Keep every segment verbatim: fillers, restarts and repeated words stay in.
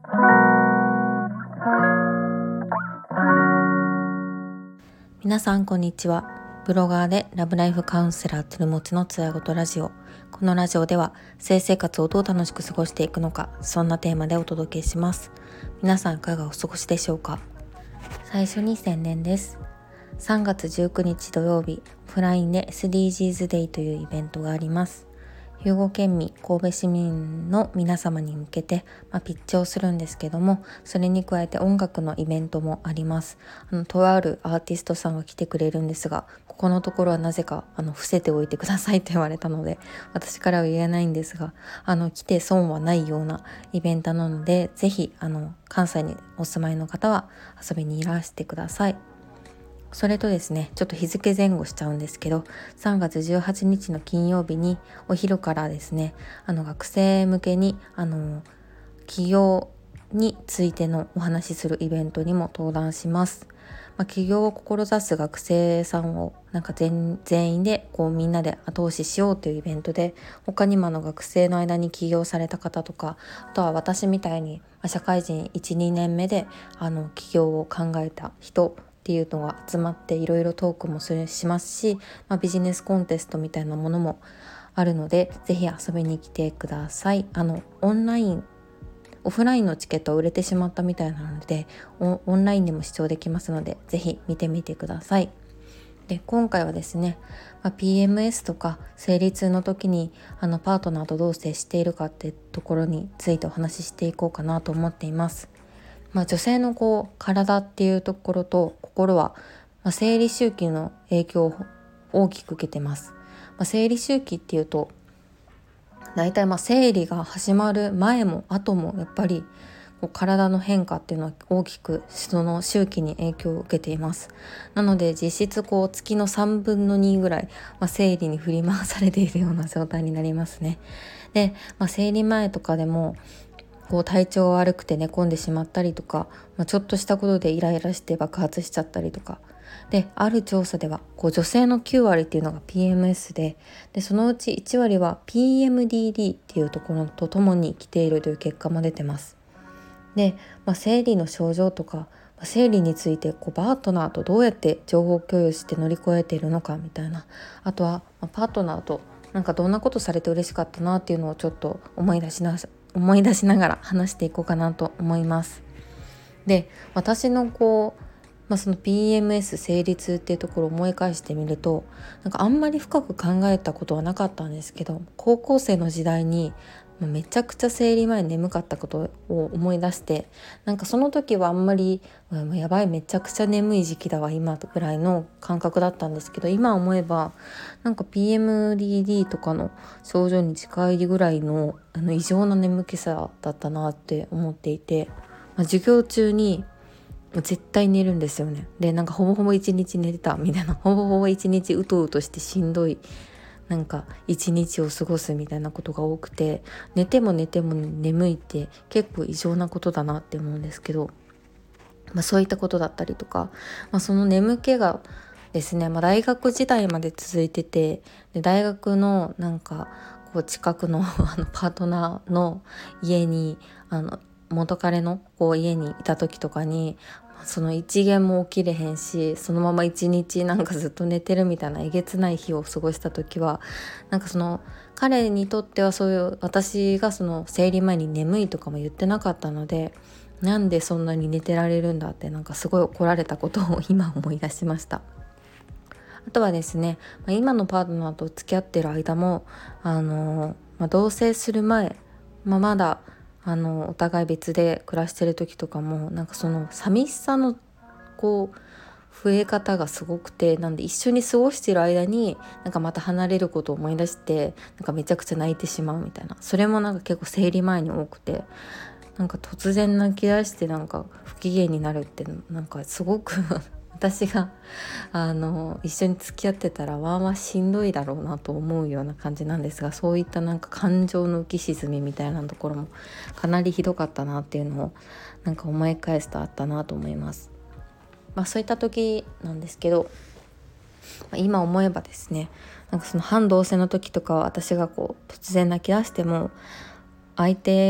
皆さんこんにちは。ブロガーでラブライフカウンセラーつるもちのつやごとラジオ。このラジオでは性生活をどう楽しく過ごしていくのか、そんなテーマでお届けします。皆さんいかがお過ごしでしょうか。最初に宣伝です。さんがつじゅうくにち土曜日、フラインで エスディージーズ デイというイベントがあります。兵庫県民、神戸市民の皆様に向けて、まあ、ピッチをするんですけども、それに加えて音楽のイベントもあります。あのとあるアーティストさんが来てくれるんですが、ここのところはなぜかあの伏せておいてくださいと言われたので、私からは言えないんですが、あの来て損はないようなイベントなので、ぜひあの関西にお住まいの方は遊びにいらしてください。それとですね、ちょっと日付前後しちゃうんですけど、さんがつじゅうはちにちの金曜日にお昼からですね、あの学生向けにあの起業についてのお話しするイベントにも登壇します。まあ、起業を志す学生さんをなんか 全, 全員でこうみんなで後押ししようというイベントで、他にもあの学生の間に起業された方とか、あとは私みたいに社会人 いち,に 年目であの起業を考えた人っていうのが集まっていろいろトークもするしますし、まあ、ビジネスコンテストみたいなものもあるので、ぜひ遊びに来てください。あのオンラインオフラインのチケットは売れてしまったみたいなので、オンラインでも視聴できますので、ぜひ見てみてください。で今回はですね、まあ、ピーエムエス とか生理痛の時にあのパートナーとどう接しているかってところについてお話ししていこうかなと思っています。まあ、女性のこう体っていうところと心は、まあ、生理周期の影響を大きく受けてます。まあ、生理周期っていうとだいたいまあ生理が始まる前も後もやっぱりこう体の変化っていうのは大きくその周期に影響を受けています。なので実質こう月のさんぶんのにぐらい、まあ、生理に振り回されているような状態になりますね。で、まあ、生理前とかでもこう体調が悪くて寝込んでしまったりとか、まあ、ちょっとしたことでイライラして爆発しちゃったりとかで、ある調査ではこう女性のきゅうわりっていうのが ピーエムエス で、でそのうちいちわりは ピーエムディーディー っていうところとともに来ているという結果も出てます。で、まあ、生理の症状とか、まあ、生理についてこうパートナーとどうやって情報共有して乗り越えているのかみたいな、あとは、まあ、パートナーとなんかどんなことされて嬉しかったなっていうのをちょっと思い出しな思い出しながら話していこうかなと思います。で、私のこう、まあ、その ピーエムエス 生理痛っていうところを思い返してみると、なんかあんまり深く考えたことはなかったんですけど、高校生の時代にめちゃくちゃ生理前に眠かったことを思い出して、なんかその時はあんまりやばいめちゃくちゃ眠い時期だわ今ぐらいの感覚だったんですけど、今思えばなんか ピーエムディーディー とかの症状に近いぐらいの、あの異常な眠気さだったなって思っていて、まあ、授業中に絶対寝るんですよね。でなんかほぼほぼ一日寝てたみたいな、ほぼほぼ一日うとうとしてしんどいなんか一日を過ごすみたいなことが多くて、寝ても寝ても眠いって結構異常なことだなって思うんですけど、まあ、そういったことだったりとか、まあ、その眠気がですね、まあ、大学時代まで続いてて、で大学のなんかこう近くのあのパートナーの家にあの元彼のこう家にいた時とかに、その一元も起きれへんし、そのまま一日なんかずっと寝てるみたいなえげつない日を過ごした時は、なんかその彼にとってはそういう私がその生理前に眠いとかも言ってなかったので、なんでそんなに寝てられるんだってなんかすごい怒られたことを今思い出しました。あとはですね、今のパートナーと付き合ってる間もあの、まあ、同棲する前、まあ、まだあのお互い別で暮らしてる時とかも、なんかその寂しさのこう増え方がすごくて、なんで一緒に過ごしてる間になんかまた離れることを思い出して、なんかめちゃくちゃ泣いてしまうみたいな、それもなんか結構生理前に多くて、なんか突然泣き出してなんか不機嫌になるってなんかすごく私があの一緒に付き合ってたらわーわーしんどいだろうなと思うような感じなんですが、そういったなんか感情の浮き沈みみたいなところもかなりひどかったなっていうのをなんか思い返すとあったなと思います。まあ、そういった時なんですけど、まあ、今思えばですね、なんかその半同棲の時とかは私がこう突然泣き出しても相手が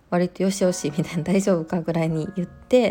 割とよしよしみたいな、大丈夫かぐらいに言って、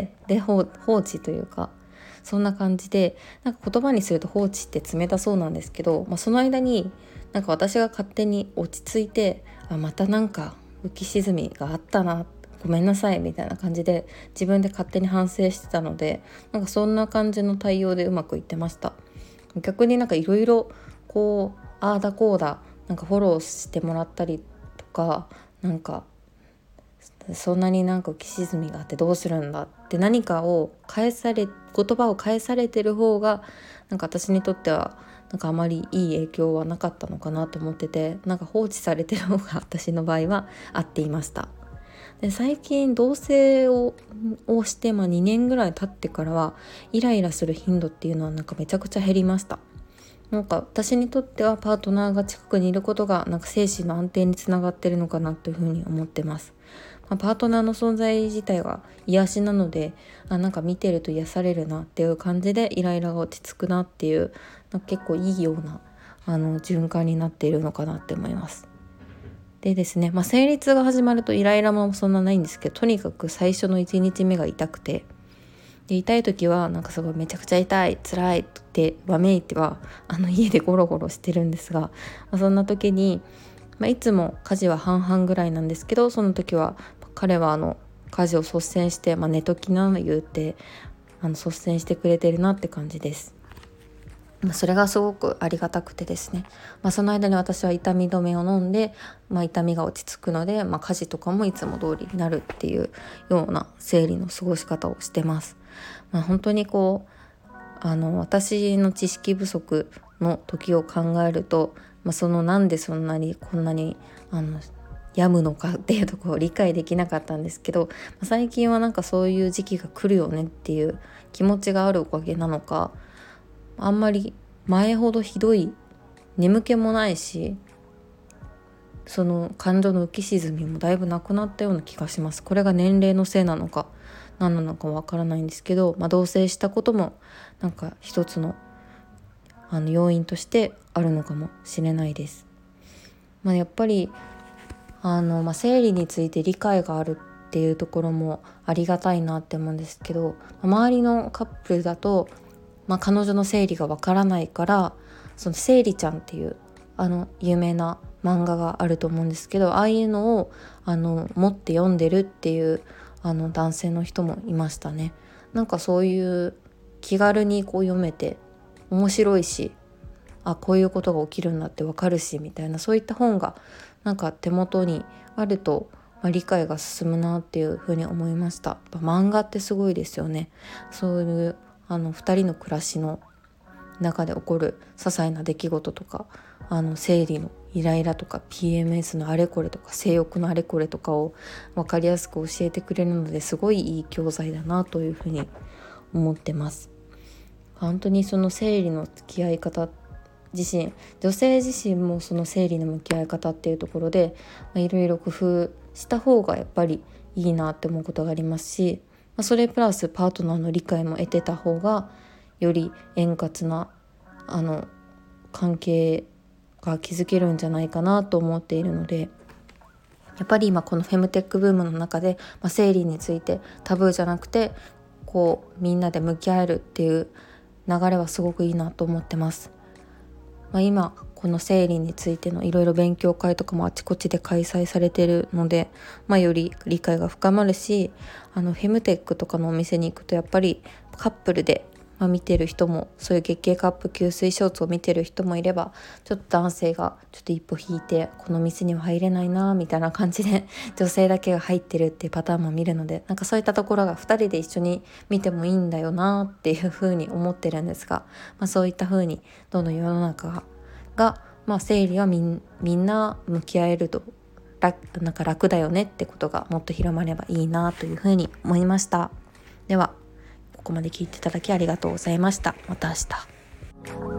で放置というか、そんな感じで、なんか言葉にすると放置って冷たそうなんですけど、まあ、その間になんか私が勝手に落ち着いて、あまたなんか浮き沈みがあったな、ごめんなさいみたいな感じで自分で勝手に反省してたので、なんかそんな感じの対応でうまくいってました。逆になんかいろいろこうああだこうだなんかフォローしてもらったりとか、なんかそんなになんか浮き沈みがあってどうするんだって何かを返され言葉を返されてる方がなんか私にとってはなんかあまりいい影響はなかったのかなと思ってて、なんか放置されてる方が私の場合は合っていました。で最近同棲ををして、まあ、にねんぐらい経ってからはイライラする頻度っていうのはなんかめちゃくちゃ減りました。なんか私にとってはパートナーが近くにいることがなんか精神の安定につながってるのかなというふうに思ってます。まあ、パートナーの存在自体が癒しなので、あなんか見てると癒されるなっていう感じでイライラが落ち着くなっていう、なんか結構いいようなあの循環になっているのかなって思います。でですね、まあ、生理痛が始まるとイライラもそんなないんですけど、とにかく最初のいちにちめが痛くて、で痛い時はなんかすごいめちゃくちゃ痛い辛いってわめいてはあの家でゴロゴロしてるんですが、まあ、そんな時に、まあ、いつも家事は半々ぐらいなんですけど、その時は彼はあの家事を率先して、まあ、寝ときなの言うてあの率先してくれてるなって感じです。それがすごくありがたくてですね、まあ、その間に私は痛み止めを飲んで、まあ、痛みが落ち着くので、まあ、家事とかもいつも通りになるっていうような生理の過ごし方をしてます。まあ、本当にこうあの私の知識不足の時を考えると、まあ、そのなんでそんなにこんなにあの病むのかっていうところを理解できなかったんですけど、最近はなんかそういう時期が来るよねっていう気持ちがあるおかげなのか、あんまり前ほどひどい眠気もないし、その感情の浮き沈みもだいぶなくなったような気がします。これが年齢のせいなのか何なのかわからないんですけど、まあ、同棲したこともなんか一つのあの要因としてあるのかもしれないです。まあ、やっぱりあの、まあ、生理について理解があるっていうところもありがたいなって思うんですけど、周りのカップルだとまあ、彼女の生理がわからないから、その生理ちゃんっていうあの有名な漫画があると思うんですけど、ああいうのをあの持って読んでるっていうあの男性の人もいましたね。なんかそういう気軽にこう読めて面白いし、あこういうことが起きるんだってわかるしみたいな、そういった本がなんか手元にあると、まあ、理解が進むなっていうふうに思いました。やっぱ漫画ってすごいですよね。そういうあのふたりの暮らしの中で起こる些細な出来事とか、あの生理のイライラとか ピーエムエス のあれこれとか性欲のあれこれとかを分かりやすく教えてくれるので、すごいいい教材だなというふうに思ってます。本当にその生理の付き合い方自身、女性自身もその生理の向き合い方っていうところでいろいろ工夫した方がやっぱりいいなって思うことがありますし、それプラスパートナーの理解も得てた方がより円滑なあの関係が築けるんじゃないかなと思っているので、やっぱり今このフェムテックブームの中で、まあ、生理についてタブーじゃなくてこうみんなで向き合えるっていう流れはすごくいいなと思ってます。まあ、今この生理についてのいろいろ勉強会とかもあちこちで開催されているので、まあ、より理解が深まるし、あのフェムテックとかのお店に行くとやっぱりカップルで、まあ、見てる人も、そういう月経カップ吸水ショーツを見てる人もいれば、ちょっと男性がちょっと一歩引いてこの店には入れないなみたいな感じで女性だけが入ってるっていうパターンも見るので、なんかそういったところがふたりで一緒に見てもいいんだよなっていうふうに思ってるんですが、まあ、そういったふうにどんどん世の中がが、まあ、生理はみ ん, みんな向き合えると楽、なんか楽だよねってことがもっと広まればいいなというふうに思いました。ではここまで聞いていただきありがとうございました。また明日。